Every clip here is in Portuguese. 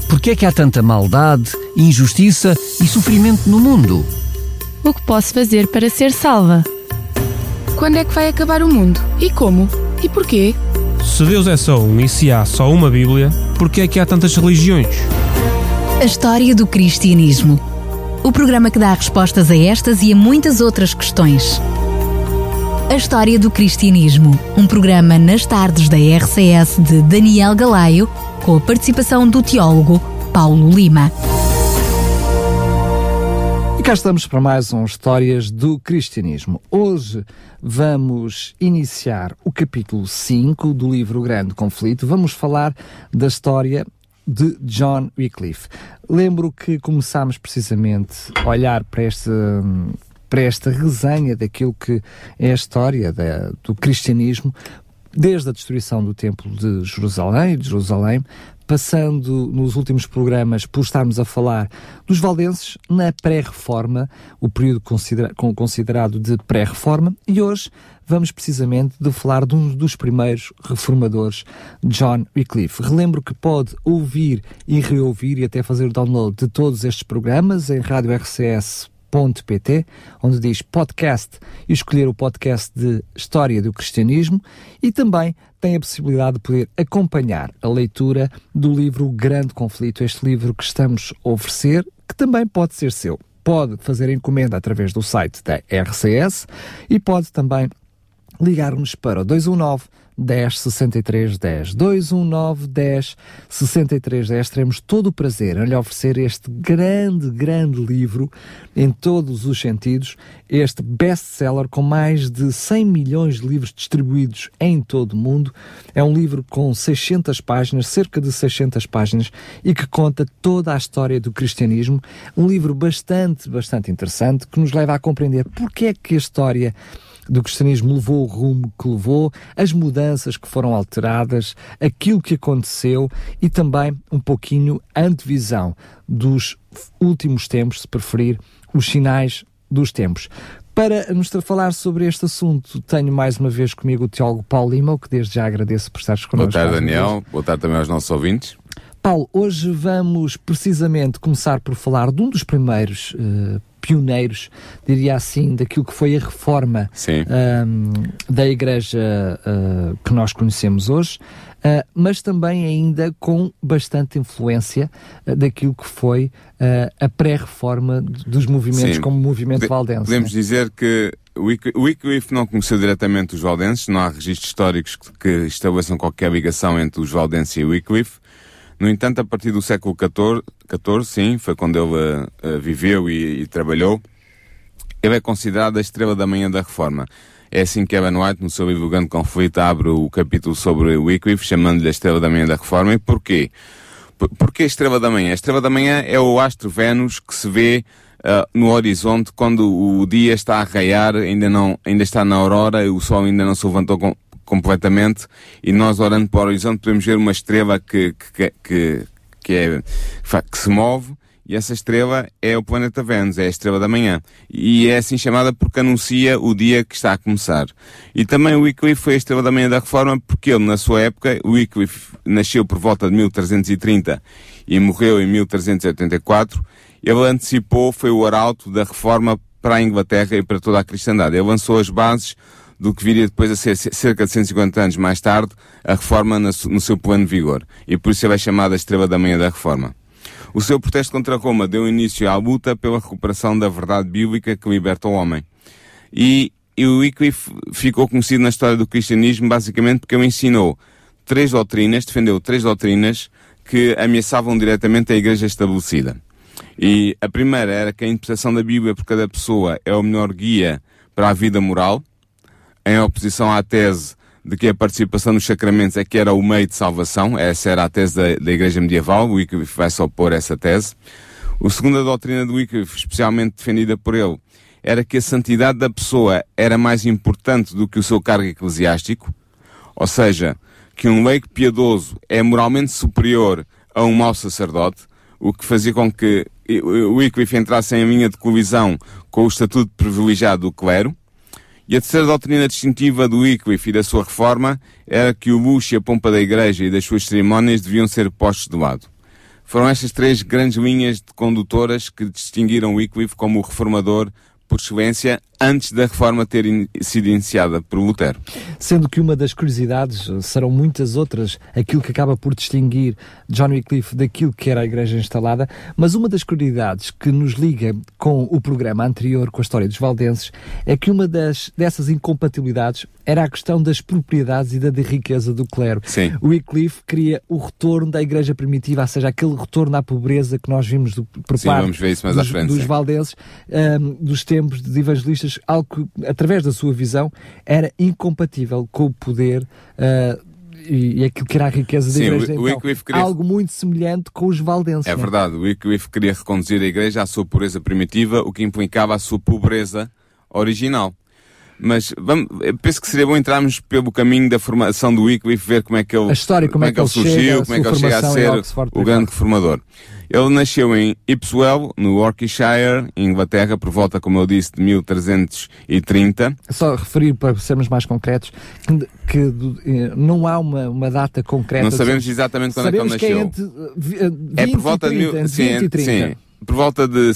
Porquê é que há tanta maldade, injustiça e sofrimento no mundo? O que posso fazer para ser salva? Quando é que vai acabar o mundo? E como? E porquê? Se Deus é só um e se há só uma Bíblia, porquê é que há tantas religiões? A história do cristianismo. O programa que dá respostas a estas e a muitas outras questões. A história do cristianismo. Um programa nas tardes da RCS de Daniel Galaio, com a participação do teólogo Paulo Lima. E cá estamos para mais um Histórias do Cristianismo. Hoje vamos iniciar o capítulo 5 do livro Grande Conflito. Vamos falar da história de John Wycliffe. Lembro que começámos precisamente a olhar para esta resenha daquilo que é a história do cristianismo, desde a destruição do Templo de Jerusalém, passando nos últimos programas por estarmos a falar dos valdenses na pré-reforma, o período considerado de pré-reforma, e hoje vamos precisamente de falar de um dos primeiros reformadores, John Wycliffe. Relembro que pode ouvir e reouvir e até fazer o download de todos estes programas em Rádio RCS.pt, onde diz podcast, e escolher o podcast de História do Cristianismo, e também tem a possibilidade de poder acompanhar a leitura do livro Grande Conflito, este livro que estamos a oferecer, que também pode ser seu. Pode fazer encomenda através do site da RCS e pode também ligar-nos para o 219 10 63 10, 219 10 63 10. Teremos todo o prazer em lhe oferecer este grande livro em todos os sentidos, este best-seller com mais de 100 milhões de livros distribuídos em todo o mundo. É um livro com 600 páginas, cerca de 600 páginas, e que conta toda a história do cristianismo. Um livro bastante interessante, que nos leva a compreender porque é que a história do cristianismo levou o rumo que levou, as mudanças que foram alteradas, aquilo que aconteceu e também um pouquinho a antevisão dos últimos tempos, se preferir, os sinais dos tempos. Para nos falar sobre este assunto, tenho mais uma vez comigo o teólogo Paulo Lima, o que desde já agradeço por estares connosco. Boa tarde, Daniel. Boa tarde também aos nossos ouvintes. Paulo, hoje vamos precisamente começar por falar de um dos primeiros pioneiros, diria assim, daquilo que foi a reforma da Igreja que nós conhecemos hoje, mas também ainda com bastante influência daquilo que foi a pré-reforma dos movimentos, como o movimento valdense. Podemos dizer que Wycliffe não conheceu diretamente os valdenses, não há registros históricos que estabeleçam qualquer ligação entre os valdenses e Wycliffe. No entanto, a partir do século XIV, sim, foi quando ele viveu e trabalhou, ele é considerado a estrela da manhã da Reforma. É assim que Ellen White, no seu livro Grande Conflito, abre o capítulo sobre Wycliffe, chamando-lhe a estrela da manhã da Reforma. E porquê? Porquê a estrela da manhã? A estrela da manhã é o astro Vênus que se vê no horizonte quando o dia está a raiar, ainda está na aurora, o sol ainda não se levantou completamente, e nós, olhando para o horizonte, podemos ver uma estrela que se move, e essa estrela é o planeta Vênus, é a estrela da manhã, e é assim chamada porque anuncia o dia que está a começar. E também o Wycliffe foi a estrela da manhã da Reforma porque ele, na sua época, o Wycliffe nasceu por volta de 1330 e morreu em 1384, ele antecipou, foi o arauto da Reforma para a Inglaterra e para toda a cristandade. Ele lançou as bases do que viria depois a ser, cerca de 150 anos mais tarde, a Reforma no seu pleno vigor. E por isso ele é chamado a estrela da manhã da Reforma. O seu protesto contra Roma deu início à luta pela recuperação da verdade bíblica que liberta o homem. E o Wycliffe ficou conhecido na história do cristianismo basicamente porque ele ensinou defendeu três doutrinas que ameaçavam diretamente a Igreja estabelecida. E a primeira era que a interpretação da Bíblia por cada pessoa é o melhor guia para a vida moral, em oposição à tese de que a participação nos sacramentos é que era o meio de salvação. Essa era a tese da Igreja medieval. O Wycliffe vai se opor a essa tese. A segunda doutrina do Wycliffe, especialmente defendida por ele, era que a santidade da pessoa era mais importante do que o seu cargo eclesiástico, ou seja, que um leigo piedoso é moralmente superior a um mau sacerdote, o que fazia com que o Wycliffe entrasse em linha de colisão com o estatuto privilegiado do clero. E a terceira doutrina distintiva do Wycliffe e da sua reforma era que o luxo e a pompa da Igreja e das suas cerimónias deviam ser postos de lado. Foram estas 3 grandes linhas condutoras que distinguiram Wycliffe como o reformador por excelência antes da reforma ter sido iniciada por Lutero. Sendo que uma das curiosidades, serão muitas outras, aquilo que acaba por distinguir John Wycliffe daquilo que era a Igreja instalada, mas uma das curiosidades que nos liga com o programa anterior, com a história dos valdenses, é que uma dessas incompatibilidades era a questão das propriedades e da riqueza do clero. Sim. O Wycliffe queria o retorno da Igreja primitiva, ou seja, aquele retorno à pobreza que nós vimos por Sim, parte vamos ver isso mais à frente, dos sim. valdenses, dos tempos de evangelistas, algo que, através da sua visão, era incompatível com o poder e aquilo que era a riqueza da Igreja. O Wycliffe queria... Algo muito semelhante com os valdenses. É verdade, o Wycliffe queria reconduzir a Igreja à sua pureza primitiva, o que implicava a sua pobreza original. Mas eu penso que seria bom entrarmos pelo caminho da formação do Wycliffe, ver como é que ele, a história, como é que ele surgiu, como é que ele chega a ser o grande reformador. Ele nasceu em Ipswell, no Yorkshire, Inglaterra, por volta, como eu disse, de 1330. Só referir, para sermos mais concretos, que não há uma data concreta. Não sabemos exatamente quando é que ele nasceu. Sabemos que é entre 20 é por volta e 30, de 20 e 30. Sim, por volta de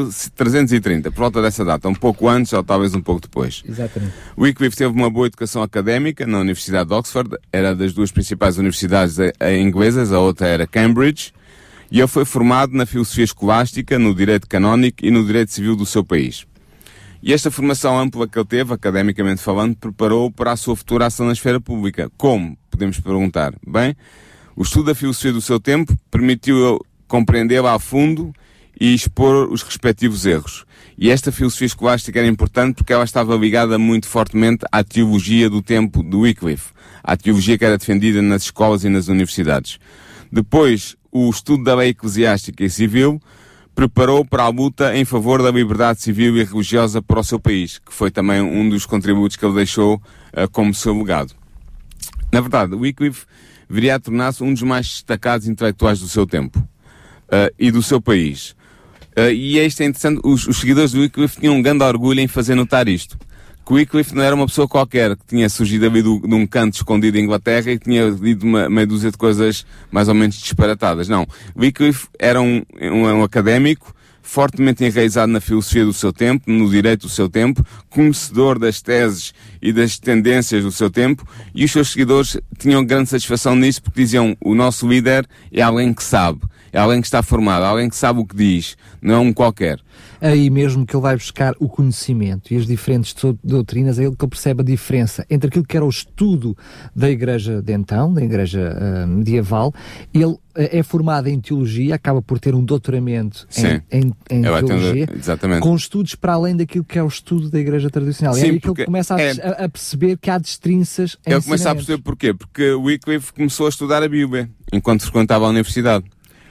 1330, por volta dessa data, um pouco antes ou talvez um pouco depois. Exatamente. Wycliffe teve uma boa educação académica na Universidade de Oxford, era das 2 principais universidades inglesas, a outra era Cambridge, e ele foi formado na filosofia escolástica, no direito canónico e no direito civil do seu país. E esta formação ampla que ele teve, academicamente falando, preparou-o para a sua futura ação na esfera pública. Como? Podemos perguntar. Bem, o estudo da filosofia do seu tempo permitiu-lhe compreendê-la a fundo e expor os respectivos erros. E esta filosofia escolástica era importante porque ela estava ligada muito fortemente à teologia do tempo de Wycliffe, à teologia que era defendida nas escolas e nas universidades. Depois, o estudo da lei eclesiástica e civil preparou para a luta em favor da liberdade civil e religiosa para o seu país, que foi também um dos contributos que ele deixou como seu legado. Na verdade, Wycliffe viria a tornar-se um dos mais destacados intelectuais do seu tempo e do seu país. E isto é interessante, os seguidores do Wycliffe tinham um grande orgulho em fazer notar isto. Que o Wycliffe não era uma pessoa qualquer, que tinha surgido ali de um canto escondido em Inglaterra e que tinha lido uma meia dúzia de coisas mais ou menos disparatadas. Não. Wycliffe era um académico, fortemente enraizado na filosofia do seu tempo, no direito do seu tempo, conhecedor das teses e das tendências do seu tempo, e os seus seguidores tinham grande satisfação nisso porque diziam, o nosso líder é alguém que sabe, é alguém que está formado, alguém que sabe o que diz, não é um qualquer. Aí mesmo que ele vai buscar o conhecimento e as diferentes doutrinas, é ele que ele percebe a diferença entre aquilo que era o estudo da Igreja de então, da Igreja medieval. Ele é formado em teologia, acaba por ter um doutoramento em teologia, com estudos para além daquilo que é o estudo da Igreja tradicional. Sim, é aí que ele começa a perceber que há destrinças em Ele começa a perceber porquê? Porque Wycliffe começou a estudar a Bíblia enquanto frequentava a universidade.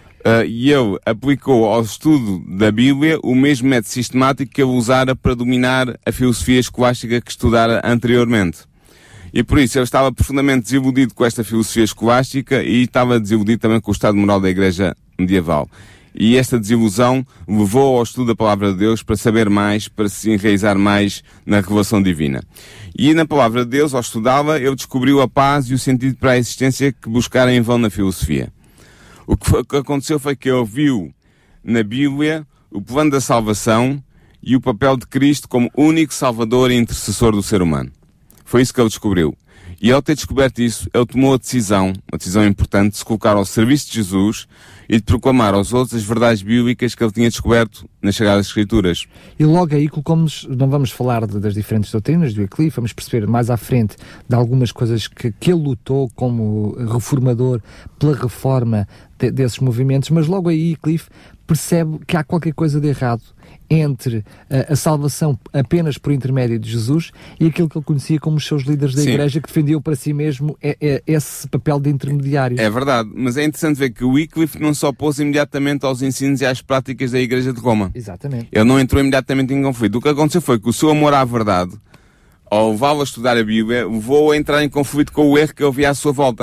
E ele aplicou ao estudo da Bíblia o mesmo método sistemático que ele usara para dominar a filosofia escolástica que estudara anteriormente. E por isso ele estava profundamente desiludido com esta filosofia escolástica e estava desiludido também com o estado moral da Igreja medieval. E esta desilusão levou ao estudo da Palavra de Deus para saber mais, para se enraizar mais na revelação divina. E na Palavra de Deus, ao estudá-la, ele descobriu a paz e o sentido para a existência que buscara em vão na filosofia. O que aconteceu foi que ele viu na Bíblia o plano da salvação e o papel de Cristo como único salvador e intercessor do ser humano. Foi isso que ele descobriu. E ao ter descoberto isso, ele tomou a decisão, uma decisão importante, de se colocar ao serviço de Jesus e de proclamar aos outros as verdades bíblicas que ele tinha descoberto nas Sagradas Escrituras. E logo aí colocamos, não vamos falar das diferentes doutrinas do Wycliffe, vamos perceber mais à frente de algumas coisas que ele lutou como reformador pela reforma desses movimentos, mas logo aí Wycliffe percebe que há qualquer coisa de errado entre a salvação apenas por intermédio de Jesus e aquilo que ele conhecia como os seus líderes da Igreja, que defendiam para si mesmo esse papel de intermediário. É verdade, mas é interessante ver que o Wycliffe não se opôs imediatamente aos ensinos e às práticas da Igreja de Roma. Exatamente. Ele não entrou imediatamente em conflito. O que aconteceu foi que o seu amor à verdade, ao levá-lo a estudar a Bíblia, levou a entrar em conflito com o erro que ele via à sua volta.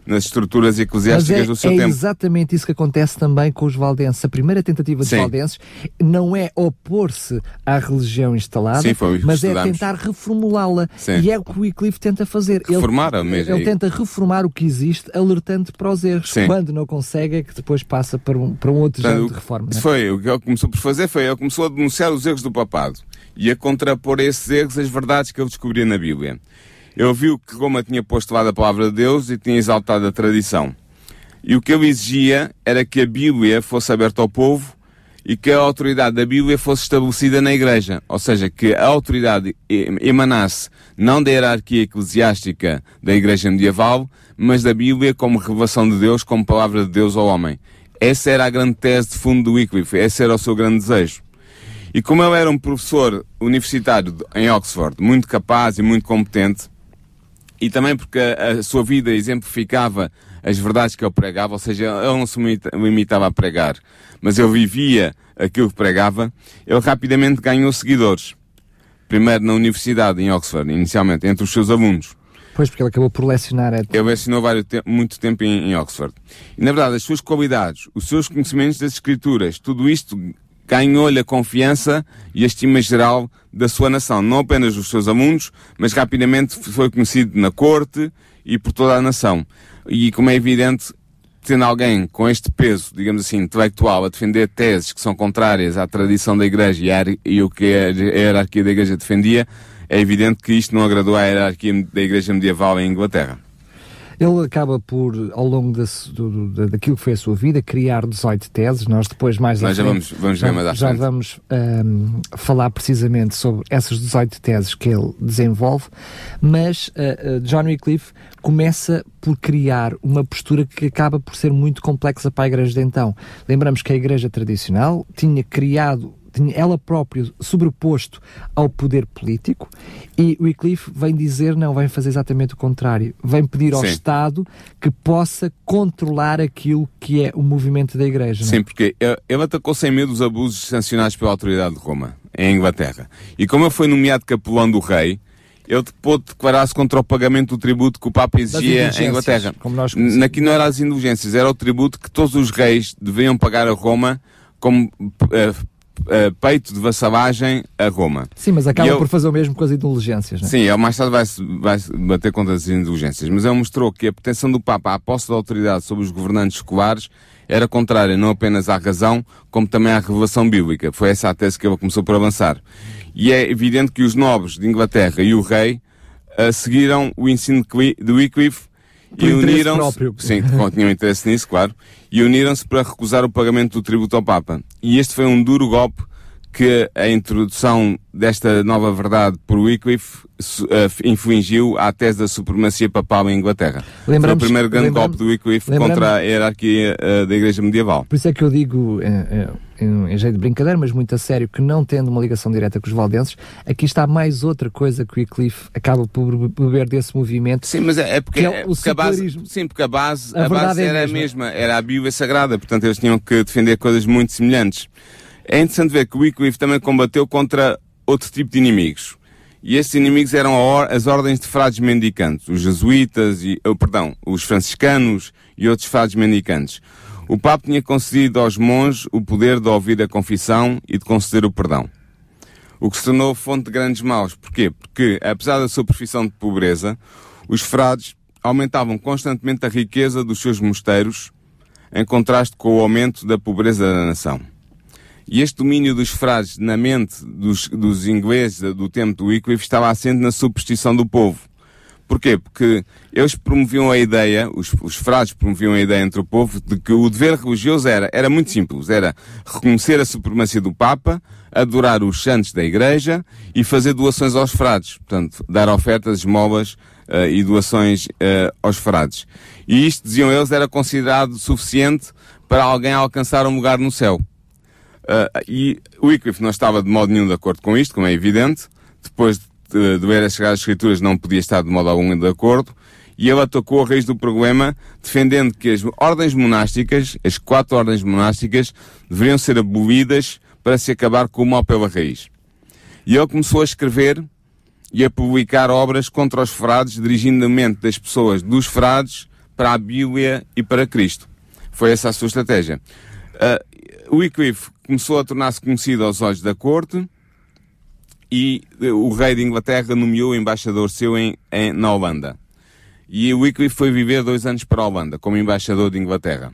nas estruturas eclesiásticas do seu tempo. É exatamente isso que acontece também com os valdenses. A primeira tentativa dos valdenses não é opor-se à religião instalada, mas é tentar reformulá-la. E é o que o Wycliffe tenta fazer. Ele tenta reformar o que existe, alertando para os erros. Quando não consegue, é que depois passa para um outro género de reforma. O que ele começou por fazer ele começou a denunciar os erros do papado e a contrapor a esses erros as verdades que ele descobria na Bíblia. Ele viu que Roma tinha postulado a palavra de Deus e tinha exaltado a tradição. E o que ele exigia era que a Bíblia fosse aberta ao povo e que a autoridade da Bíblia fosse estabelecida na Igreja. Ou seja, que a autoridade emanasse não da hierarquia eclesiástica da Igreja medieval, mas da Bíblia como revelação de Deus, como palavra de Deus ao homem. Essa era a grande tese de fundo do Wycliffe, esse era o seu grande desejo. E como ele era um professor universitário em Oxford, muito capaz e muito competente, e também porque a sua vida exemplificava as verdades que ele pregava, ou seja, ele não se limitava a pregar, mas ele vivia aquilo que pregava, ele rapidamente ganhou seguidores. Primeiro na universidade, em Oxford, inicialmente, entre os seus alunos. Pois, porque ele acabou por lecionar. Ele lecionou muito tempo em Oxford. E, na verdade, as suas qualidades, os seus conhecimentos das Escrituras, tudo isto ganhou-lhe a confiança e a estima geral da sua nação. Não apenas dos seus alunos, mas rapidamente foi conhecido na corte e por toda a nação. E, como é evidente, tendo alguém com este peso, digamos assim, intelectual, a defender teses que são contrárias à tradição da Igreja e o que a hierarquia da Igreja defendia, é evidente que isto não agradou à hierarquia da Igreja medieval em Inglaterra. Ele acaba por, ao longo daquilo que foi a sua vida, criar 18 teses. Nós depois mais à frente, já vamos falar precisamente sobre essas 18 teses que ele desenvolve, mas John Wycliffe começa por criar uma postura que acaba por ser muito complexa para a Igreja de então. Lembramos que a Igreja tradicional tinha ela própria sobreposto ao poder político, e Wycliffe vem dizer, não, vem fazer exatamente o contrário, vem pedir ao Estado que possa controlar aquilo que é o movimento da Igreja. Sim, porque ele atacou sem medo os abusos sancionados pela autoridade de Roma, em Inglaterra. E como ele foi nomeado capelão do rei, ele pôde declarar-se contra o pagamento do tributo que o Papa exigia em Inglaterra. Aqui não eram as indulgências, era o tributo que todos os reis deveriam pagar a Roma como peito de vassalagem a Roma. Sim, mas acaba por fazer o mesmo com as indulgências, não é? Sim, ele mais tarde vai bater contra as indulgências, mas ele mostrou que a pretensão do Papa à posse da autoridade sobre os governantes seculares era contrária não apenas à razão, como também à revelação bíblica. Foi essa a tese que ele começou por avançar. E é evidente que os nobres de Inglaterra e o rei seguiram o ensino de Wycliffe e uniram-se, sim, tinham interesse nisso, claro, e uniram-se para recusar o pagamento do tributo ao Papa. E este foi um duro golpe que a introdução desta nova verdade por Wycliffe infligiu à tese da supremacia papal em Inglaterra. Foi o primeiro grande golpe do Wycliffe contra a hierarquia da Igreja medieval. Por isso é que eu digo, em jeito de brincadeira, mas muito a sério, que não tendo uma ligação direta com os valdenses, aqui está mais outra coisa que o Wycliffe acaba por beber desse movimento. Sim, mas é porque a base era a mesma, era a Bíblia Sagrada, portanto eles tinham que defender coisas muito semelhantes. É interessante ver que o Wycliffe também combateu contra outro tipo de inimigos. E esses inimigos eram as ordens de frades mendicantes, os jesuítas, os franciscanos e outros frades mendicantes. O Papa tinha concedido aos monges o poder de ouvir a confissão e de conceder o perdão. O que se tornou fonte de grandes males. Porquê? Porque, apesar da sua profissão de pobreza, os frades aumentavam constantemente a riqueza dos seus mosteiros, em contraste com o aumento da pobreza da nação. E este domínio dos frades na mente dos ingleses do tempo do Wycliffe estava assente na superstição do povo. Porquê? Porque eles promoviam a ideia, os frades promoviam a ideia entre o povo de que o dever religioso era muito simples, era reconhecer a supremacia do Papa, adorar os santos da Igreja e fazer doações aos frades, portanto, dar ofertas, esmolas e doações aos frades. E isto, diziam eles, era considerado suficiente para alguém alcançar um lugar no céu. E o Wycliffe não estava de modo nenhum de acordo com isto, como é evidente. Depois de ver as Sagradas Escrituras, não podia estar de modo algum de acordo, e ele atacou a raiz do problema, defendendo que as ordens monásticas, as 4 ordens monásticas, deveriam ser abolidas para se acabar com o mal pela raiz. E ele começou a escrever e a publicar obras contra os frades, dirigindo a mente das pessoas dos frades para a Bíblia e para Cristo. Foi essa a sua estratégia. Wycliffe começou a tornar-se conhecido aos olhos da corte e o rei de Inglaterra nomeou embaixador seu na Holanda. E Wycliffe foi viver 2 anos para a Holanda, como embaixador de Inglaterra.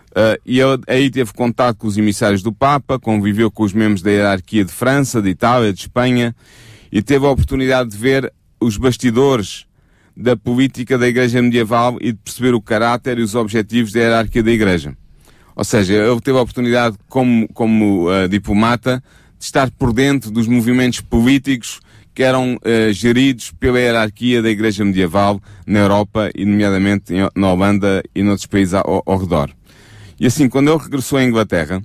E ele aí teve contato com os emissários do Papa, conviveu com os membros da hierarquia de França, de Itália, de Espanha, e teve a oportunidade de ver os bastidores da política da Igreja medieval e de perceber o caráter e os objetivos da hierarquia da Igreja. Ou seja, ele teve a oportunidade, como diplomata, de estar por dentro dos movimentos políticos que eram geridos pela hierarquia da Igreja medieval na Europa e nomeadamente na Holanda e noutros países ao redor. E assim, quando ele regressou à Inglaterra,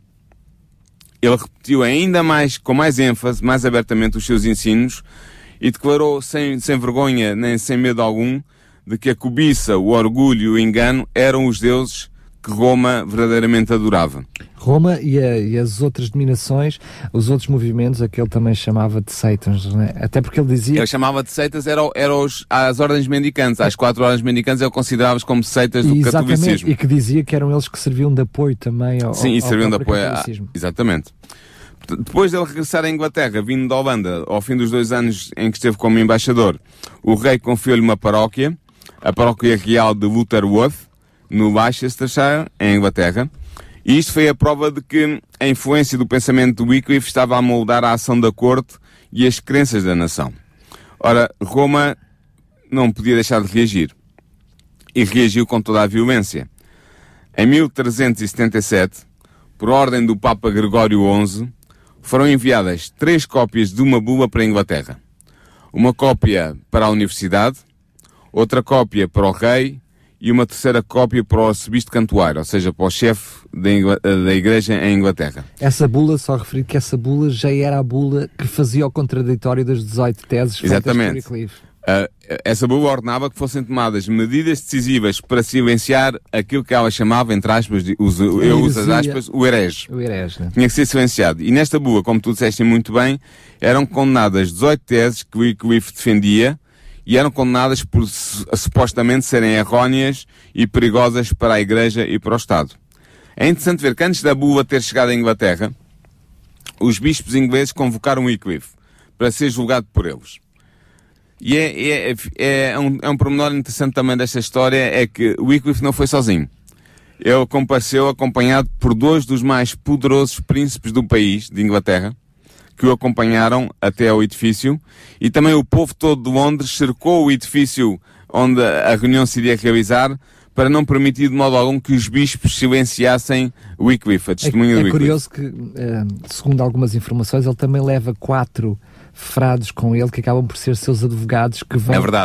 ele repetiu ainda mais, com mais ênfase, mais abertamente os seus ensinos e declarou sem vergonha nem sem medo algum de que a cobiça, o orgulho e o engano eram os deuses que Roma verdadeiramente adorava. Roma e as outras dominações, os outros movimentos, a que ele também chamava de seitas, né? Até porque ele dizia... Ele chamava de seitas as ordens mendicantes, as 4 ordens mendicantes ele considerava-as como seitas do catolicismo. E que dizia que eram eles que serviam de apoio também ao Sim, e serviam de apoio exatamente. Depois dele regressar à Inglaterra, vindo da Holanda, ao fim dos 2 anos em que esteve como embaixador, o rei confiou-lhe uma paróquia, a paróquia real de Lutterworth, no Leicestershire, em Inglaterra, e isto foi a prova de que a influência do pensamento de Wycliffe estava a moldar a ação da corte e as crenças da nação. Ora, Roma não podia deixar de reagir, e reagiu com toda a violência. Em 1377, por ordem do Papa Gregório XI, foram enviadas 3 cópias de uma bula para a Inglaterra. Uma cópia para a Universidade, outra cópia para o rei e uma terceira cópia para o arcebispo de Cantuário, ou seja, para o chefe da Igreja em Inglaterra. Essa bula, só referir que essa bula já era a bula que fazia o contraditório das 18 teses feitas por Wycliffe. Essa bula ordenava que fossem tomadas medidas decisivas para silenciar aquilo que ela chamava, entre aspas, eu uso as aspas, o herege. O herege, né? Tinha que ser silenciado. E nesta bula, como tu disseste muito bem, eram condenadas 18 teses que Wycliffe defendia, e eram condenadas por supostamente serem erróneas e perigosas para a Igreja e para o Estado. É interessante ver que antes da bula ter chegado à Inglaterra, os bispos ingleses convocaram Wycliffe para ser julgado por eles. E é um pormenor interessante também desta história, é que Wycliffe não foi sozinho. Ele compareceu acompanhado por 2 dos mais poderosos príncipes do país, de Inglaterra, que o acompanharam até ao edifício, e também o povo todo de Londres cercou o edifício onde a reunião se iria realizar, para não permitir de modo algum que os bispos silenciassem Wycliffe, a testemunha de Wycliffe. É curioso que, segundo algumas informações, ele também leva 4 frades com ele, que acabam por ser seus advogados, que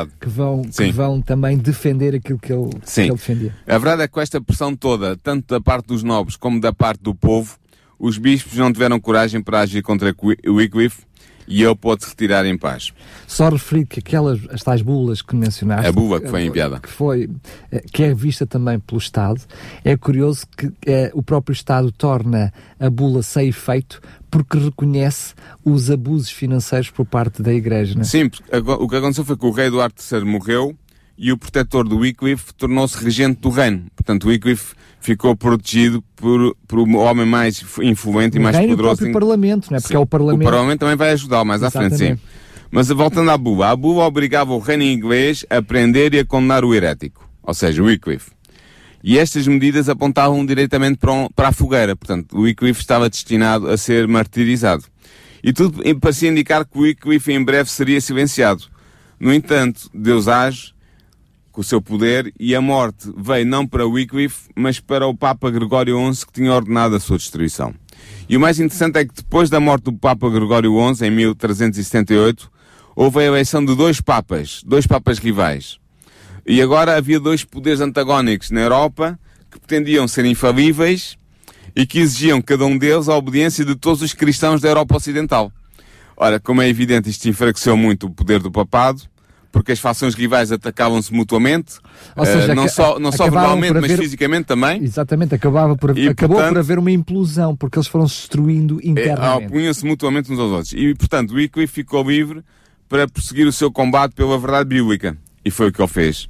vão também defender aquilo que ele defendia. A verdade é que com esta pressão toda, tanto da parte dos nobres como da parte do povo, os bispos não tiveram coragem para agir contra Wycliffe e ele pôde-se retirar em paz. Só referir que as tais bulas que mencionaste... A bula que foi enviada. Que é vista também pelo Estado. É curioso que o próprio Estado torna a bula sem efeito porque reconhece os abusos financeiros por parte da Igreja, não é? Sim, o que aconteceu foi que o rei Eduardo III morreu e o protetor do Wycliffe tornou-se regente do reino. Portanto, Wycliffe ficou protegido por o homem mais influente e mais poderoso. O próprio Parlamento, não é? Porque é o Parlamento. O Parlamento também vai ajudá-lo mais à frente, sim. Mas voltando à bula obrigava o reino inglês a prender e a condenar o herético, ou seja, o Wycliffe. E estas medidas apontavam diretamente para a fogueira. Portanto, o Wycliffe estava destinado a ser martirizado. E tudo parecia indicar que o Wycliffe em breve seria silenciado. No entanto, Deus age com o seu poder, e a morte veio não para Wycliffe, mas para o Papa Gregório XI, que tinha ordenado a sua destruição. E o mais interessante é que depois da morte do Papa Gregório XI, em 1378, houve a eleição de 2 papas rivais. E agora havia 2 poderes antagónicos na Europa, que pretendiam ser infalíveis e que exigiam cada um deles a obediência de todos os cristãos da Europa Ocidental. Ora, como é evidente, isto enfraqueceu muito o poder do papado, porque as fações rivais atacavam-se mutuamente, ou seja, não só verbalmente, mas fisicamente também. Exatamente, acabou por haver uma implosão, porque eles foram se destruindo internamente. Opunham-se mutuamente uns aos outros. E, portanto, Wycliffe ficou livre para prosseguir o seu combate pela verdade bíblica. E foi o que ele fez.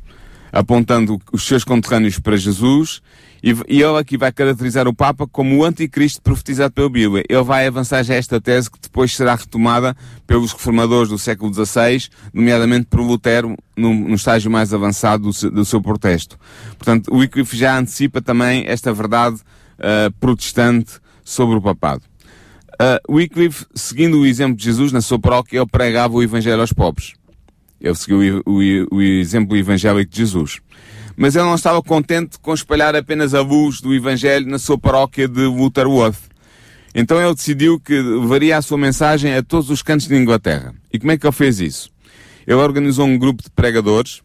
apontando os seus conterrâneos para Jesus, e ele aqui vai caracterizar o Papa como o anticristo profetizado pela Bíblia. Ele vai avançar já esta tese que depois será retomada pelos reformadores do século XVI, nomeadamente por Lutero, no estágio mais avançado do seu protesto. Portanto, o Wycliffe já antecipa também esta verdade protestante sobre o papado. Wycliffe, seguindo o exemplo de Jesus na sua paróquia, ele pregava o Evangelho aos pobres. Ele seguiu o exemplo evangélico de Jesus. Mas ele não estava contente com espalhar apenas a luz do Evangelho na sua paróquia de Lutterworth. Então ele decidiu que levaria a sua mensagem a todos os cantos de Inglaterra. E como é que ele fez isso? Ele organizou um grupo de pregadores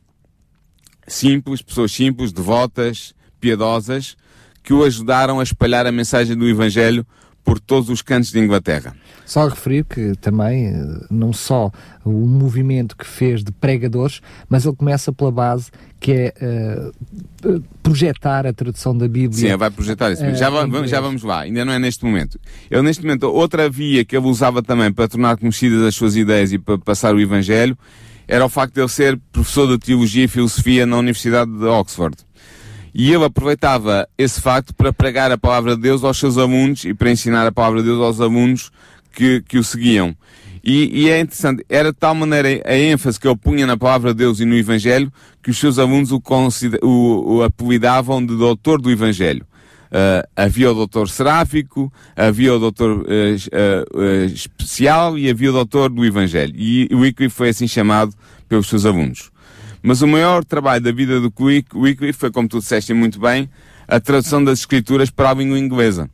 simples, pessoas simples, devotas, piedosas, que o ajudaram a espalhar a mensagem do Evangelho por todos os cantos de Inglaterra. Só referir que também, não só o movimento que fez de pregadores, mas ele começa pela base que é projetar a tradução da Bíblia. Sim, ele vai projetar isso. Já vamos lá, ainda não é neste momento. Ele, neste momento, outra via que ele usava também para tornar conhecidas as suas ideias e para passar o Evangelho, era o facto de ele ser professor de Teologia e Filosofia na Universidade de Oxford. E ele aproveitava esse facto para pregar a palavra de Deus aos seus alunos e para ensinar a palavra de Deus aos alunos que o seguiam. E é interessante, era de tal maneira a ênfase que ele punha na palavra de Deus e no Evangelho que os seus alunos o apelidavam de doutor do Evangelho. Havia o doutor seráfico, havia o doutor especial e havia o doutor do Evangelho. E o Wycliffe foi assim chamado pelos seus alunos. Mas o maior trabalho da vida do Wycliffe foi, como tu disseste muito bem, a tradução das Escrituras para a língua inglesa.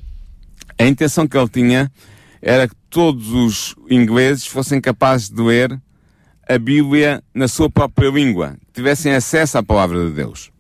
A intenção que ele tinha era que todos os ingleses fossem capazes de ler a Bíblia na sua própria língua, que tivessem acesso à palavra de Deus.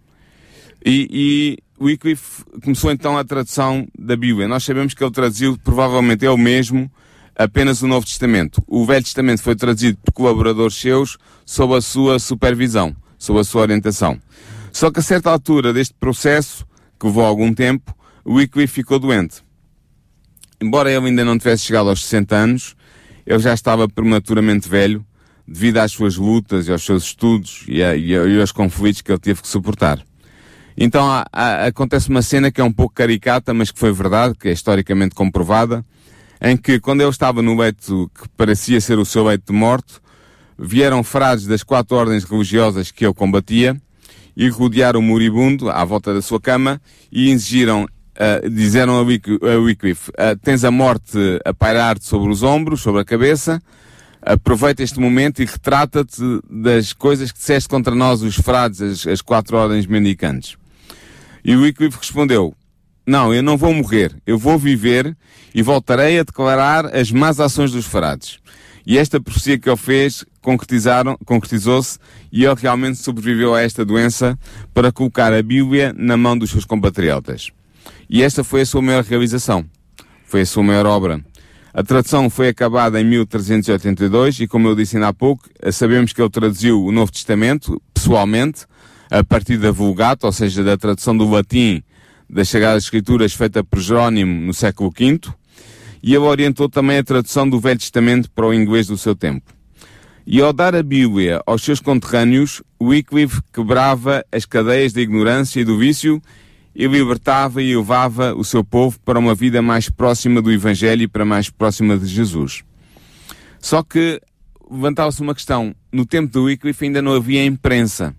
E Wycliffe começou então a tradução da Bíblia. Nós sabemos que ele traduziu, provavelmente ele mesmo, apenas o Novo Testamento. O Velho Testamento foi traduzido por colaboradores seus sob a sua supervisão, sob a sua orientação. Só que a certa altura deste processo, que levou algum tempo, o Wycliffe ficou doente. Embora ele ainda não tivesse chegado aos 60 anos, ele já estava prematuramente velho, devido às suas lutas e aos seus estudos e aos conflitos que ele teve que suportar. Então acontece uma cena que é um pouco caricata, mas que foi verdade, que é historicamente comprovada, em que, quando ele estava no leito que parecia ser o seu leito de morte, vieram frades das 4 ordens religiosas que ele combatia e rodearam o moribundo à volta da sua cama e exigiram, disseram a Wycliffe, tens a morte a pairar-te sobre os ombros, sobre a cabeça, aproveita este momento e retrata-te das coisas que disseste contra nós, os frades, as 4 ordens mendicantes. E o Wycliffe respondeu, não, eu não vou morrer, eu vou viver e voltarei a declarar as más ações dos frades. E esta profecia que ele fez concretizou-se e ele realmente sobreviveu a esta doença para colocar a Bíblia na mão dos seus compatriotas. E esta foi a sua maior realização, foi a sua maior obra. A tradução foi acabada em 1382 e, como eu disse ainda há pouco, sabemos que ele traduziu o Novo Testamento pessoalmente, a partir da Vulgata, ou seja, da tradução do latim das Sagradas Escrituras feita por Jerónimo no século V, e ele orientou também a tradução do Velho Testamento para o inglês do seu tempo. E ao dar a Bíblia aos seus conterrâneos, Wycliffe quebrava as cadeias da ignorância e do vício e libertava e levava o seu povo para uma vida mais próxima do Evangelho e para mais próxima de Jesus. Só que levantava-se uma questão. No tempo de Wycliffe ainda não havia imprensa.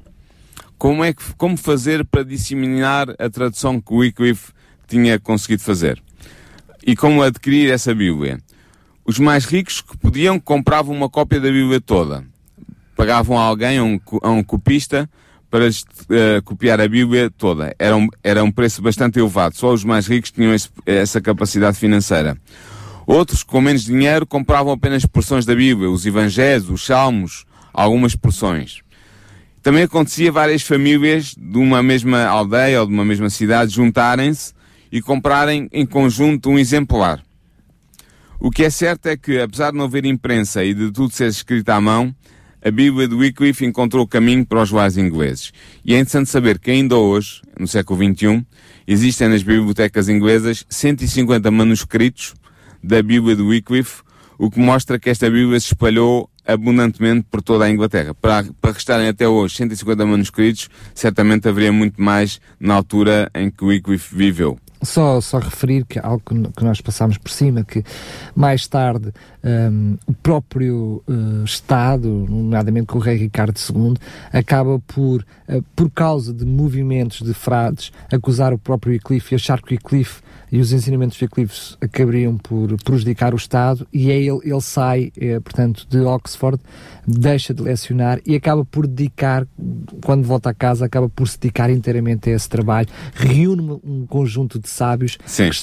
Como fazer para disseminar a tradução que Wycliffe tinha conseguido fazer? E como adquirir essa Bíblia? Os mais ricos que podiam compravam uma cópia da Bíblia toda. Pagavam a alguém, a um copista, para copiar a Bíblia toda. Era um preço bastante elevado. Só os mais ricos tinham essa capacidade financeira. Outros, com menos dinheiro, compravam apenas porções da Bíblia, os Evangelhos, os Salmos, algumas porções. Também acontecia várias famílias de uma mesma aldeia ou de uma mesma cidade juntarem-se e comprarem em conjunto um exemplar. O que é certo é que, apesar de não haver imprensa e de tudo ser escrito à mão, a Bíblia de Wycliffe encontrou o caminho para os lares ingleses. E é interessante saber que ainda hoje, no século XXI, existem nas bibliotecas inglesas 150 manuscritos da Bíblia de Wycliffe, o que mostra que esta Bíblia se espalhou abundantemente por toda a Inglaterra. Para restarem até hoje 150 manuscritos, certamente haveria muito mais na altura em que Wycliffe viveu. Só referir que algo que nós passámos por cima, que mais tarde o próprio Estado, nomeadamente com o rei Ricardo II, acaba por causa de movimentos de frades, acusar o próprio Wycliffe e achar que o Wycliffe e os ensinamentos de Wycliffe acabariam por prejudicar o Estado, e aí ele sai, portanto, de Oxford, deixa de lecionar e acaba por dedicar, quando volta a casa, acaba por se dedicar inteiramente a esse trabalho, reúne um conjunto de sábios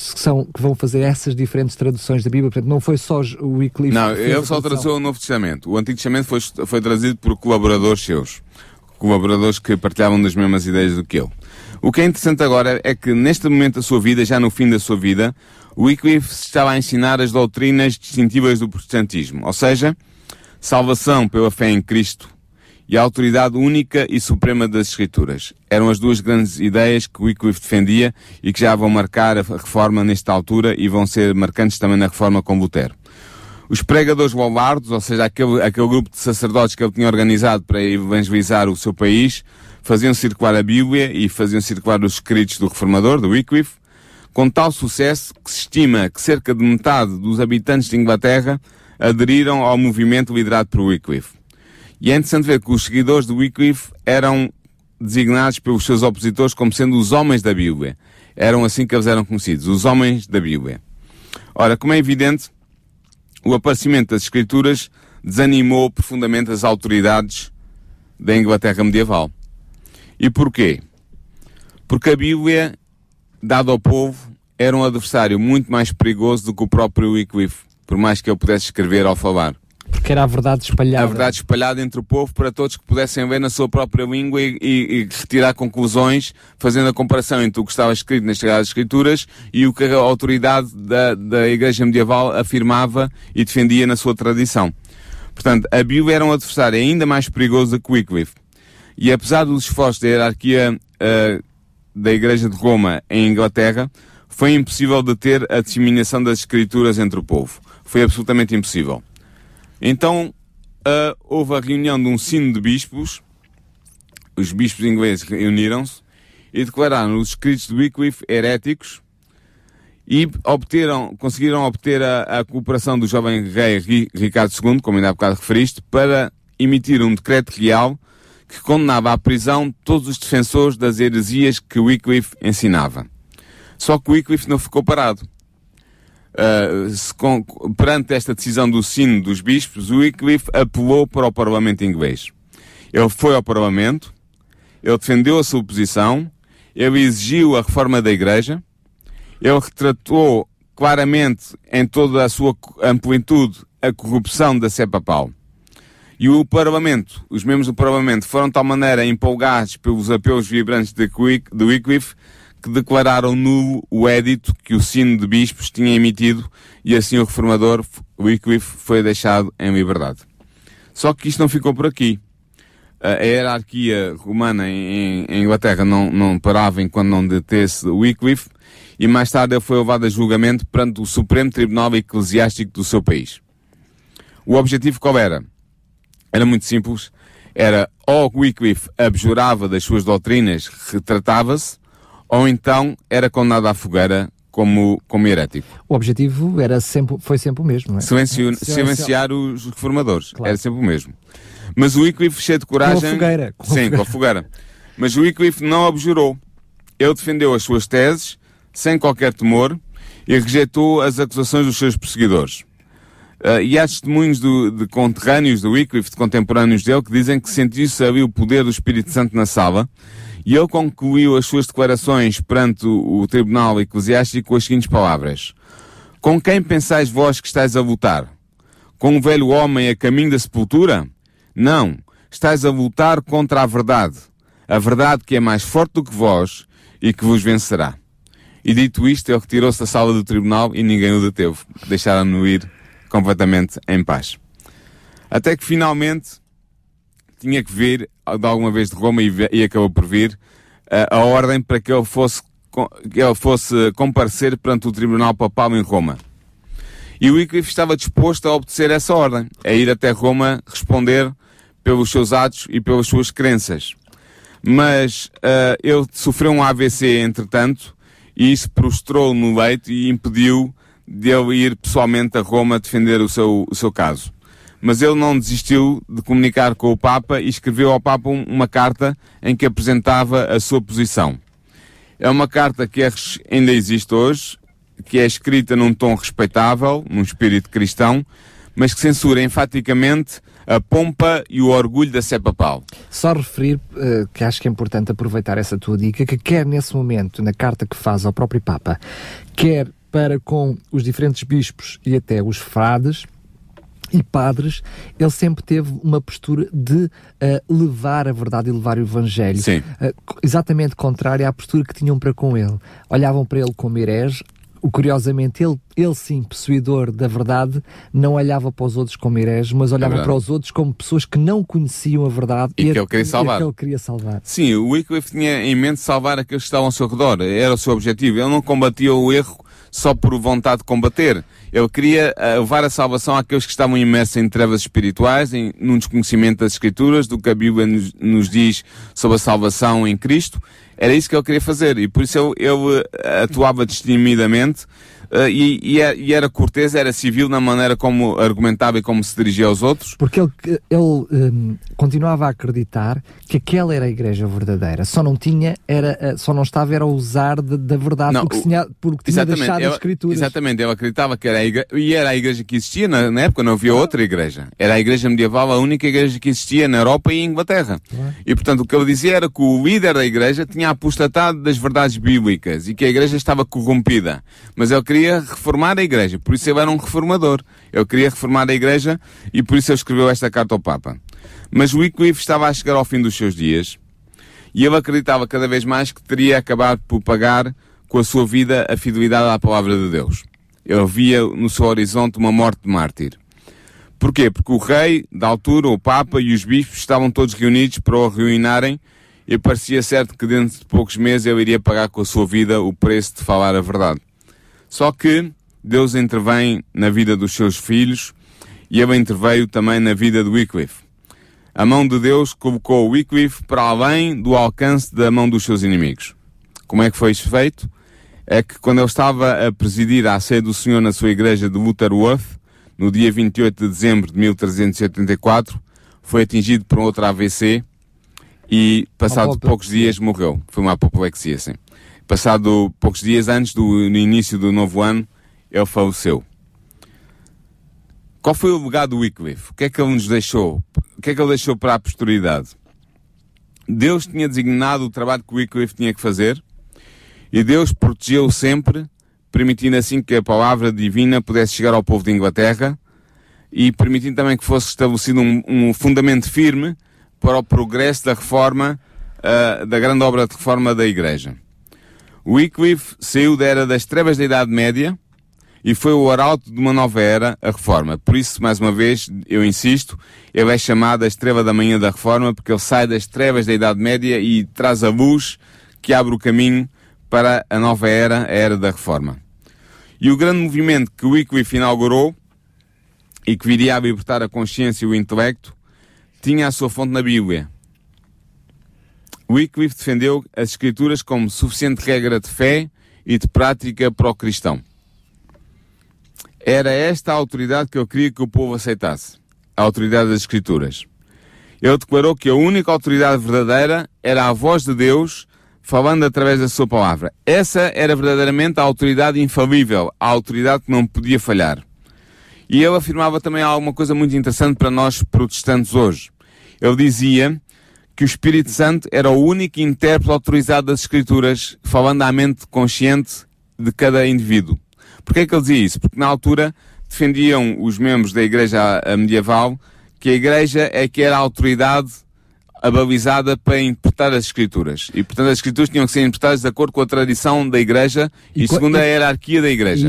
que vão fazer essas diferentes traduções da Bíblia. Portanto, não foi só o Wycliffe. Não, ele só traduziu o Novo Testamento. O Antigo Testamento foi traduzido por colaboradores seus, colaboradores que partilhavam das mesmas ideias do que ele. O que é interessante agora é que neste momento da sua vida, já no fim da sua vida, o Wycliffe estava a ensinar as doutrinas distintivas do protestantismo, ou seja, salvação pela fé em Cristo e a autoridade única e suprema das Escrituras. Eram as duas grandes ideias que Wycliffe defendia e que já vão marcar a reforma nesta altura e vão ser marcantes também na reforma com Lutero. Os pregadores lombardos, ou seja, aquele grupo de sacerdotes que ele tinha organizado para evangelizar o seu país, faziam circular a Bíblia e faziam circular os escritos do reformador, do Wycliffe, com tal sucesso que se estima que cerca de metade dos habitantes de Inglaterra aderiram ao movimento liderado por Wycliffe. E é interessante ver que os seguidores de Wycliffe eram designados pelos seus opositores como sendo os homens da Bíblia. Eram assim que eles eram conhecidos, os homens da Bíblia. Ora, como é evidente, o aparecimento das Escrituras desanimou profundamente as autoridades da Inglaterra medieval. E porquê? Porque a Bíblia, dada ao povo, era um adversário muito mais perigoso do que o próprio Wycliffe, por mais que ele pudesse escrever ou falar. Porque era a verdade espalhada. A verdade espalhada entre o povo para todos que pudessem ver na sua própria língua e retirar conclusões, fazendo a comparação entre o que estava escrito nas Sagradas Escrituras e o que a autoridade da Igreja medieval afirmava e defendia na sua tradição. Portanto, a Bíblia era um adversário ainda mais perigoso do que Wycliffe. E apesar dos esforços da hierarquia da Igreja de Roma em Inglaterra, foi impossível deter a disseminação das Escrituras entre o povo. Foi absolutamente impossível. Então, houve a reunião de um sino de bispos, os bispos ingleses reuniram-se e declararam os escritos de Wycliffe heréticos e conseguiram obter a cooperação do jovem rei Ricardo II, como ainda há bocado referiste, para emitir um decreto real que condenava à prisão todos os defensores das heresias que Wycliffe ensinava. Só que Wycliffe não ficou parado. Perante esta decisão do sino dos bispos, Wycliffe apelou para o Parlamento inglês. Ele foi ao Parlamento, ele defendeu a sua posição, ele exigiu a reforma da Igreja, ele retratou claramente em toda a sua amplitude a corrupção da Sé Papal. E o Parlamento, os membros do Parlamento foram de tal maneira empolgados pelos apelos vibrantes de Wycliffe que declararam nulo o édito que o sino de bispos tinha emitido e assim o reformador Wycliffe foi deixado em liberdade. Só que isto não ficou por aqui. A hierarquia romana em Inglaterra não parava enquanto não detesse Wycliffe e mais tarde ele foi levado a julgamento perante o Supremo Tribunal Eclesiástico do seu país. O objetivo qual era? Era muito simples. Era ou Wycliffe abjurava das suas doutrinas, retratava-se, ou então era condenado à fogueira como herético. O objetivo foi sempre o mesmo, não é? Silenciar os reformadores. Claro. Era sempre o mesmo. Mas o Wycliffe, cheio de coragem... Com a fogueira. Mas o Wycliffe não abjurou. Ele defendeu as suas teses, sem qualquer temor, e rejeitou as acusações dos seus perseguidores. E há testemunhos de conterrâneos do Wycliffe, de contemporâneos dele, que dizem que sentiu-se ali o poder do Espírito Santo na sala, e ele concluiu as suas declarações perante o Tribunal Eclesiástico com as seguintes palavras: com quem pensais vós que estáis a lutar? Com um velho homem a caminho da sepultura? Não, estáis a lutar contra a verdade que é mais forte do que vós e que vos vencerá. E dito isto, ele retirou-se da sala do tribunal e ninguém o deteve. Deixaram-no ir completamente em paz. Até que finalmente tinha que vir, de alguma vez de Roma, e acabou por vir, a ordem para que ele fosse comparecer perante o Tribunal Papal em Roma. E Wycliffe estava disposto a obedecer essa ordem, a ir até Roma responder pelos seus atos e pelas suas crenças. Mas ele sofreu um AVC, entretanto, e isso prostrou-o no leito e impediu de ele ir pessoalmente a Roma defender o seu caso. Mas ele não desistiu de comunicar com o Papa e escreveu ao Papa uma carta em que apresentava a sua posição. É uma carta que ainda existe hoje, que é escrita num tom respeitável, num espírito cristão, mas que censura enfaticamente a pompa e o orgulho da sé papal. Só referir, que acho que é importante aproveitar essa tua dica, que quer nesse momento, na carta que faz ao próprio Papa, quer para com os diferentes bispos e até os frades e padres, ele sempre teve uma postura de levar a verdade e levar o Evangelho. Exatamente contrária à postura que tinham para com ele. Olhavam para ele como herege. Curiosamente, ele sim, possuidor da verdade, não olhava para os outros como hereges, mas olhava para os outros como pessoas que não conheciam a verdade e que ele queria salvar. Que ele queria salvar. Sim, o Wycliffe tinha em mente salvar aqueles que estavam ao seu redor. Era o seu objetivo. Ele não combatia o erro só por vontade de combater. Ele queria levar a salvação àqueles que estavam imersos em trevas espirituais, num desconhecimento das Escrituras, do que a Bíblia nos diz sobre a salvação em Cristo. Era isso que ele queria fazer, e por isso ele atuava destemidamente, e era cortês, era civil na maneira como argumentava e como se dirigia aos outros. Porque ele continuava a acreditar que aquela era a igreja verdadeira, só não estava a usar da verdade, porque tinha deixado as Escrituras. Exatamente, ele acreditava que era a igreja que existia, na época não havia outra igreja. Era a igreja medieval, a única igreja que existia na Europa e em Inglaterra. E portanto o que ele dizia era que o líder da igreja tinha apostatado das verdades bíblicas e que a igreja estava corrompida. Mas ele queria reformar a igreja, por isso ele era um reformador. Ele queria reformar a igreja e por isso ele escreveu esta carta ao Papa. Mas Wycliffe estava a chegar ao fim dos seus dias e ele acreditava cada vez mais que teria acabado por pagar com a sua vida a fidelidade à palavra de Deus. Ele via no seu horizonte uma morte de mártir. Porquê? Porque o rei, da altura, o Papa e os bispos estavam todos reunidos para o arruinarem e parecia certo que dentro de poucos meses ele iria pagar com a sua vida o preço de falar a verdade. Só que Deus intervém na vida dos seus filhos e ele interveio também na vida de Wycliffe. A mão de Deus colocou Wycliffe para além do alcance da mão dos seus inimigos. Como é que foi isso feito? É que quando ele estava a presidir a ceia do Senhor na sua igreja de Lutterworth, no dia 28 de dezembro de 1384, foi atingido por um outro AVC e, passado poucos dias, morreu. Foi uma apoplexia, sim. Passado poucos dias antes do início do novo ano, ele faleceu. Qual foi o legado do Wycliffe? O que é que ele nos deixou? O que é que ele deixou para a posteridade? Deus tinha designado o trabalho que o Wycliffe tinha que fazer e Deus protegeu-o sempre, permitindo assim que a palavra divina pudesse chegar ao povo de Inglaterra e permitindo também que fosse estabelecido um fundamento firme para o progresso da reforma, da grande obra de reforma da Igreja. Wycliffe saiu da era das trevas da Idade Média e foi o arauto de uma nova era, a Reforma. Por isso, mais uma vez, eu insisto, ele é chamado a estrela da manhã da Reforma, porque ele sai das trevas da Idade Média e traz a luz que abre o caminho para a nova era, a era da Reforma. E o grande movimento que Wycliffe inaugurou e que viria a libertar a consciência e o intelecto tinha a sua fonte na Bíblia. Wycliffe defendeu as Escrituras como suficiente regra de fé e de prática para o cristão. Era esta a autoridade que eu queria que o povo aceitasse, a autoridade das Escrituras. Ele declarou que a única autoridade verdadeira era a voz de Deus falando através da sua palavra. Essa era verdadeiramente a autoridade infalível, a autoridade que não podia falhar. E ele afirmava também alguma coisa muito interessante para nós protestantes hoje. Ele dizia que o Espírito Santo era o único intérprete autorizado das Escrituras, falando à mente consciente de cada indivíduo. Porquê é que ele dizia isso? Porque na altura defendiam os membros da Igreja medieval que a Igreja é que era a autoridade abalizada para interpretar as Escrituras. E, portanto, as Escrituras tinham que ser interpretadas de acordo com a tradição da Igreja e segundo a hierarquia da Igreja.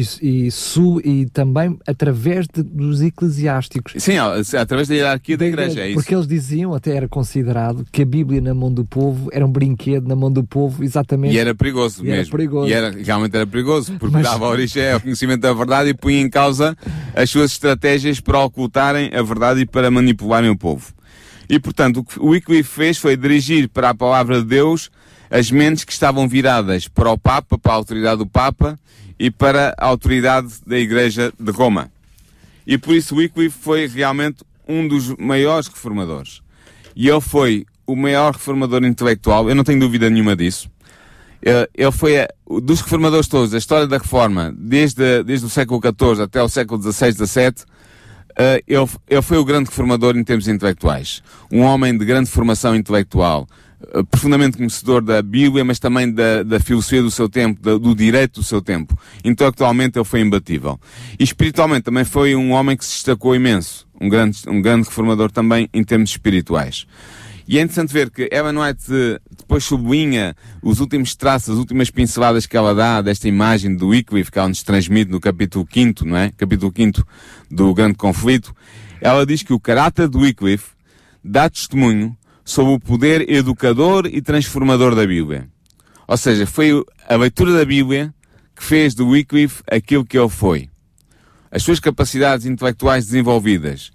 E também através dos eclesiásticos. Sim, através da hierarquia da Igreja, é isso. Porque eles diziam, até era considerado, que a Bíblia na mão do povo era um brinquedo na mão do povo, exatamente. E era perigoso mesmo. Realmente era perigoso, porque dava origem ao conhecimento da verdade e punha em causa as suas estratégias para ocultarem a verdade e para manipularem o povo. E, portanto, o que o Wycliffe fez foi dirigir para a palavra de Deus as mentes que estavam viradas para o Papa, para a autoridade do Papa e para a autoridade da Igreja de Roma. E por isso Wycliffe foi realmente um dos maiores reformadores. E ele foi o maior reformador intelectual, eu não tenho dúvida nenhuma disso. Ele foi, dos reformadores todos, da história da Reforma, desde o século XIV até o século XVI, XVII, ele foi o grande reformador em termos intelectuais. Um homem de grande formação intelectual, profundamente conhecedor da Bíblia, mas também da filosofia do seu tempo, do direito do seu tempo. Intelectualmente ele foi imbatível. E espiritualmente também foi um homem que se destacou imenso. Um grande reformador também em termos espirituais. E é interessante ver que Ellen White depois sublinha os últimos traços, as últimas pinceladas que ela dá desta imagem do Wycliffe, que ela nos transmite no capítulo 5º, não é? Capítulo 5º do Grande Conflito. Ela diz que o caráter do Wycliffe dá testemunho sobre o poder educador e transformador da Bíblia. Ou seja, foi a leitura da Bíblia que fez do Wycliffe aquilo que ele foi. As suas capacidades intelectuais desenvolvidas,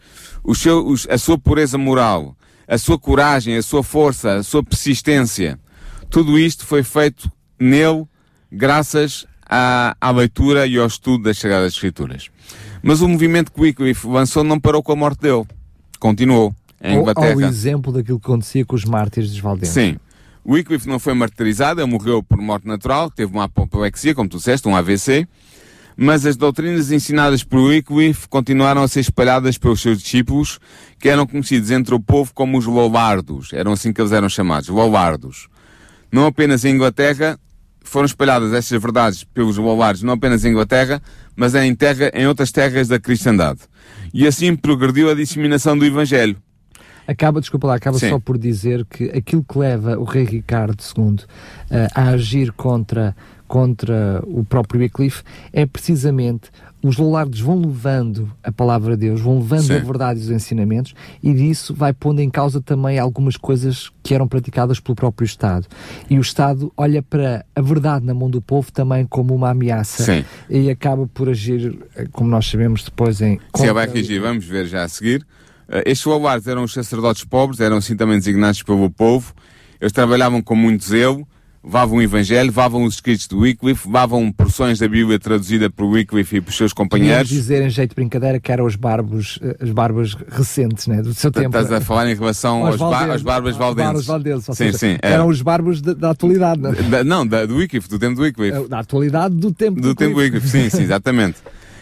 a sua pureza moral, a sua coragem, a sua força, a sua persistência, tudo isto foi feito nele graças à leitura e ao estudo das Sagradas Escrituras. Mas o movimento que Wycliffe lançou não parou com a morte dele. Continuou em Inglaterra. Ao exemplo daquilo que acontecia com os mártires dos Valdenses. Sim. Wycliffe não foi martirizado, ele morreu por morte natural, teve uma apoplexia, como tu disseste, um AVC, mas as doutrinas ensinadas por Wycliffe continuaram a ser espalhadas pelos seus discípulos, que eram conhecidos entre o povo como os Lollardos. Eram assim que eles eram chamados, Lollardos. Não apenas em Inglaterra, foram espalhadas estas verdades pelos Lollardos, não apenas em Inglaterra, mas em outras terras da cristandade. E assim progrediu a disseminação do Evangelho. Acaba Sim. Só por dizer que aquilo que leva o rei Ricardo II a agir contra o próprio Wycliffe é precisamente os Lollardos vão levando a palavra de Deus, vão levando Sim. a verdade e os ensinamentos, e disso vai pondo em causa também algumas coisas que eram praticadas pelo próprio Estado. E o Estado olha para a verdade na mão do povo também como uma ameaça. Sim. E acaba por agir, como nós sabemos depois, em... Sim, vai reagir, vamos ver já a seguir. Estes Lollardos eram os sacerdotes pobres, eram assim também designados pelo povo. Eles trabalhavam com muito zelo, levavam o Evangelho, levavam os escritos do Wycliffe, levavam porções da Bíblia traduzida por Wycliffe e por seus companheiros. Podemos dizer, em jeito de brincadeira, que eram as barbas recentes, né, do seu tempo. Estás a falar em relação aos barbas valdenses. Sim. Eram os barbas da atualidade. Do Wycliffe, do tempo do Wycliffe. Da atualidade do tempo do Wycliffe. Sim, exatamente.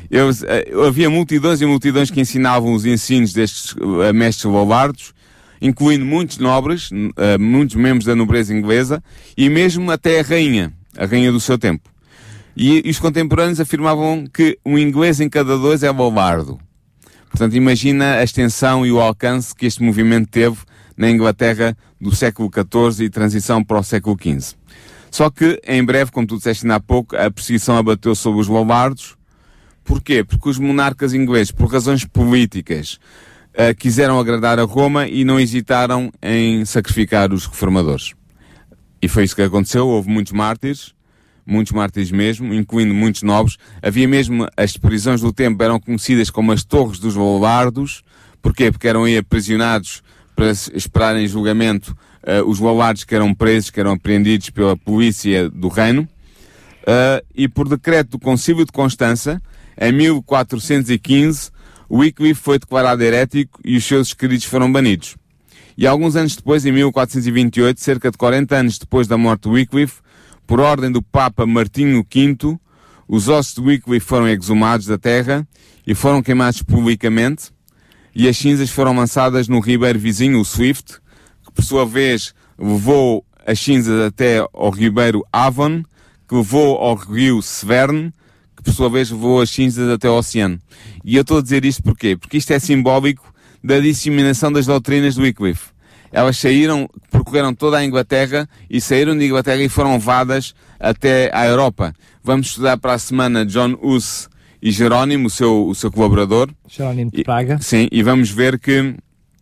Havia multidões e multidões que ensinavam os ensinos destes mestres Lollardos, incluindo muitos nobres, muitos membros da nobreza inglesa, e mesmo até a rainha do seu tempo. E os contemporâneos afirmavam que um inglês em cada dois é Lollardo. Portanto, imagina a extensão e o alcance que este movimento teve na Inglaterra do século XIV e transição para o século XV. Só que, em breve, como tu disseste ainda há pouco, a perseguição abateu sobre os Lollardos. Porquê? Porque os monarcas ingleses, por razões políticas, quiseram agradar a Roma e não hesitaram em sacrificar os reformadores. E foi isso que aconteceu. Houve muitos mártires mesmo, incluindo muitos nobres. Havia mesmo, as prisões do tempo eram conhecidas como as Torres dos Lollardos. Porquê? Porque eram aí aprisionados para esperarem julgamento os Lollardos que eram presos, que eram apreendidos pela polícia do reino. E por decreto do Concílio de Constança, em 1415, Wycliffe foi declarado herético e os seus escritos foram banidos. E alguns anos depois, em 1428, cerca de 40 anos depois da morte de Wycliffe, por ordem do Papa Martinho V, os ossos de Wycliffe foram exumados da terra e foram queimados publicamente, e as cinzas foram lançadas no ribeiro vizinho, o Swift, que por sua vez levou as cinzas até ao ribeiro Avon, que levou ao rio Severn, que por sua vez levou as cinzas até ao oceano. E eu estou a dizer isto porquê? Porque isto é simbólico da disseminação das doutrinas do Wycliffe. elas percorreram toda a Inglaterra e saíram de Inglaterra e foram levadas até à Europa. Vamos estudar para a semana John Hus e Jerónimo, o seu colaborador. Jerónimo de Praga. Sim, e vamos ver que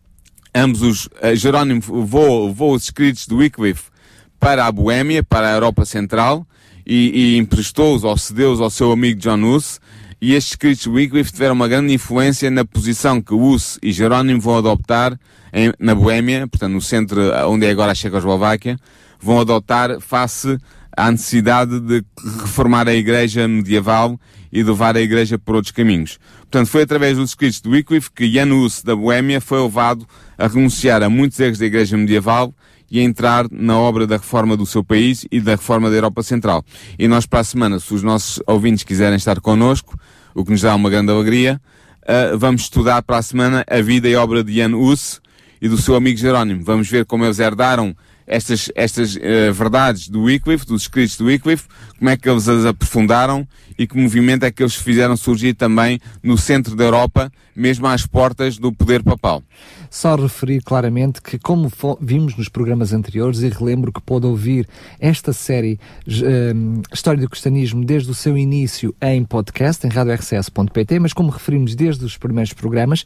ambos Jerónimo levou os escritos de Wycliffe para a Boémia, para a Europa Central, e emprestou-os ou cedeu-os ao seu amigo John Hus, e estes escritos de Wycliffe tiveram uma grande influência na posição que Hus e Jerónimo vão adoptar na Boémia, portanto no centro onde é agora a Checoslováquia, vão adotar face à necessidade de reformar a Igreja medieval e de levar a Igreja por outros caminhos. Portanto, foi através dos escritos de Wycliffe que Jan Hus da Boémia foi levado a renunciar a muitos erros da Igreja medieval e a entrar na obra da reforma do seu país e da reforma da Europa Central. E nós, para a semana, se os nossos ouvintes quiserem estar connosco, o que nos dá uma grande alegria, vamos estudar para a semana a vida e obra de Jan Hus e do seu amigo Jerónimo. Vamos ver como eles herdaram estas verdades do Wycliffe, dos escritos do Wycliffe, como é que eles as aprofundaram e que movimento é que eles fizeram surgir também no centro da Europa, mesmo às portas do poder papal. Só referir claramente que, como vimos nos programas anteriores, e relembro que pode ouvir esta série História do Cristianismo desde o seu início em podcast, em radiorcs.pt, mas como referimos desde os primeiros programas,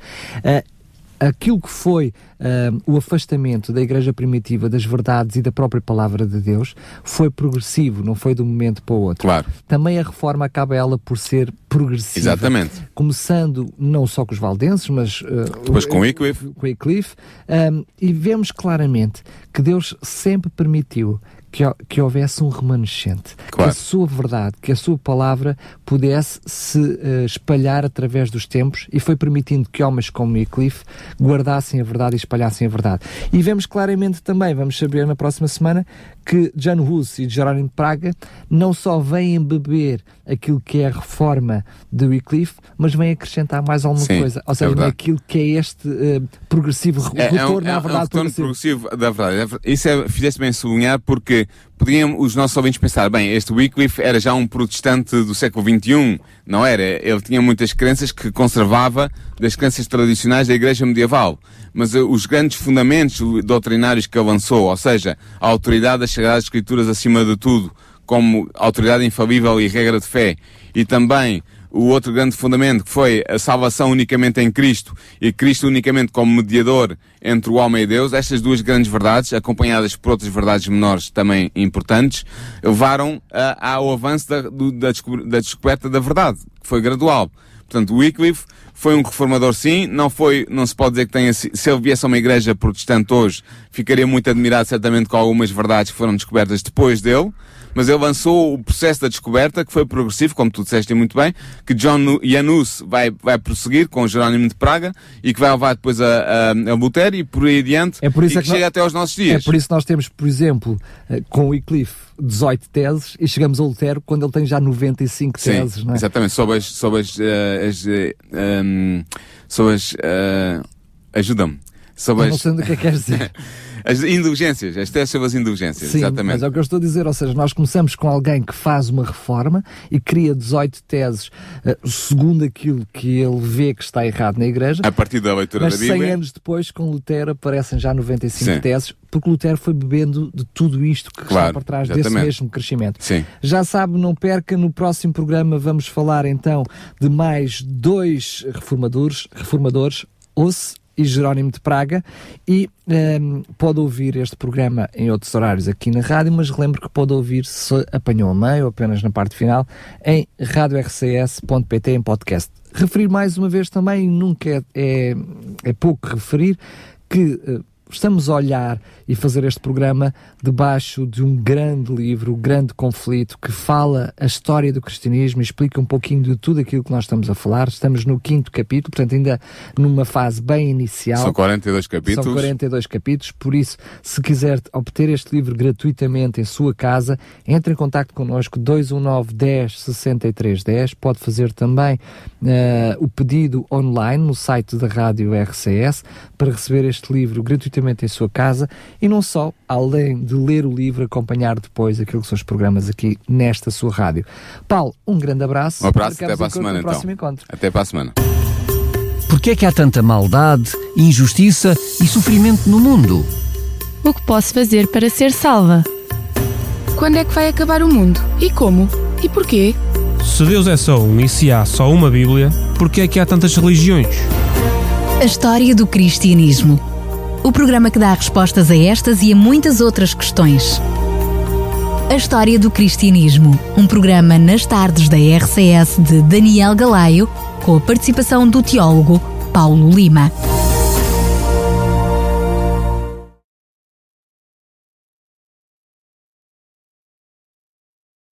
aquilo que foi o afastamento da Igreja primitiva das verdades e da própria Palavra de Deus foi progressivo, não foi de um momento para o outro. Claro. Também a reforma acaba ela por ser progressiva. Exatamente. Começando não só com os valdenses, mas depois com Wycliffe, e vemos claramente que Deus sempre permitiu que houvesse um remanescente, claro, que a sua verdade, que a sua palavra pudesse se espalhar através dos tempos, e foi permitindo que homens como Wycliffe guardassem a verdade e espalhassem a verdade. E vemos claramente também, vamos saber na próxima semana, que John Hus e Jerónimo de Praga não só vêm beber aquilo que é a reforma de Wycliffe, mas vêm acrescentar mais alguma coisa, ou seja, naquilo que é este progressivo retorno à verdade. É um retorno progressivo da verdade. Isso fizeste bem sublinhar, porque podiam os nossos ouvintes pensar, bem, este Wycliffe era já um protestante do século XXI, não era? Ele tinha muitas crenças que conservava das crenças tradicionais da Igreja medieval, mas os grandes fundamentos doutrinários que ele lançou, ou seja, a autoridade das Sagradas Escrituras acima de tudo, como autoridade infalível e regra de fé, e também o outro grande fundamento, que foi a salvação unicamente em Cristo, e Cristo unicamente como mediador entre o homem e Deus, estas duas grandes verdades, acompanhadas por outras verdades menores também importantes, levaram ao avanço da descoberta da verdade, que foi gradual. Portanto, Wycliffe foi um reformador, sim, não se pode dizer que tenha, se ele viesse a uma igreja protestante hoje, ficaria muito admirado certamente com algumas verdades que foram descobertas depois dele, mas ele lançou o processo da descoberta, que foi progressivo, como tu disseste muito bem, que Jan Hus vai prosseguir com Jerónimo de Praga, e que vai levar depois a Lutero, e por aí adiante, e que chega até aos nossos dias. É por isso que nós temos, por exemplo, com Wycliffe, 18 teses, e chegamos a Lutero quando ele tem já 95 teses, não é? Exatamente, ajuda-me. Não sei o que é que queres dizer. As indulgências, as teses sobre as indulgências. Sim, exatamente. Mas é o que eu estou a dizer, ou seja, nós começamos com alguém que faz uma reforma e cria 18 teses segundo aquilo que ele vê que está errado na Igreja. A partir da leitura da Bíblia. 100 anos depois, com Lutero, aparecem já 95 teses, porque Lutero foi bebendo de tudo isto que está por trás desse mesmo crescimento. Sim. Já sabe, não perca, no próximo programa vamos falar então de mais 2 reformadores, Hus e Jerónimo de Praga, e pode ouvir este programa em outros horários aqui na rádio, mas relembro que pode ouvir, se apanhou a meio ou apenas na parte final, em radiorcs.pt em podcast. Referir mais uma vez também, nunca é pouco referir, que estamos a olhar e fazer este programa debaixo de um grande livro, o Grande Conflito, que fala a história do cristianismo e explica um pouquinho de tudo aquilo que nós estamos a falar. Estamos no 5º capítulo, portanto ainda numa fase bem inicial. São 42 capítulos. São 42 capítulos, por isso, se quiser obter este livro gratuitamente em sua casa, entre em contacto connosco, 219 10 63 10. Pode fazer também o pedido online no site da Rádio RCS para receber este livro gratuitamente em sua casa, e não só, além de ler o livro, acompanhar depois aquilo que são os programas aqui nesta sua rádio. Paulo, um grande abraço. Um abraço, até para a semana então. Encontro. Até para a semana. Porquê é que há tanta maldade, injustiça e sofrimento no mundo? O que posso fazer para ser salva? Quando é que vai acabar o mundo? E como? E porquê? Se Deus é só um e se há só uma Bíblia, porque é que há tantas religiões? A história do cristianismo. O programa que dá respostas a estas e a muitas outras questões. A história do cristianismo. Um programa nas tardes da RCS de Daniel Galaio, com a participação do teólogo Paulo Lima.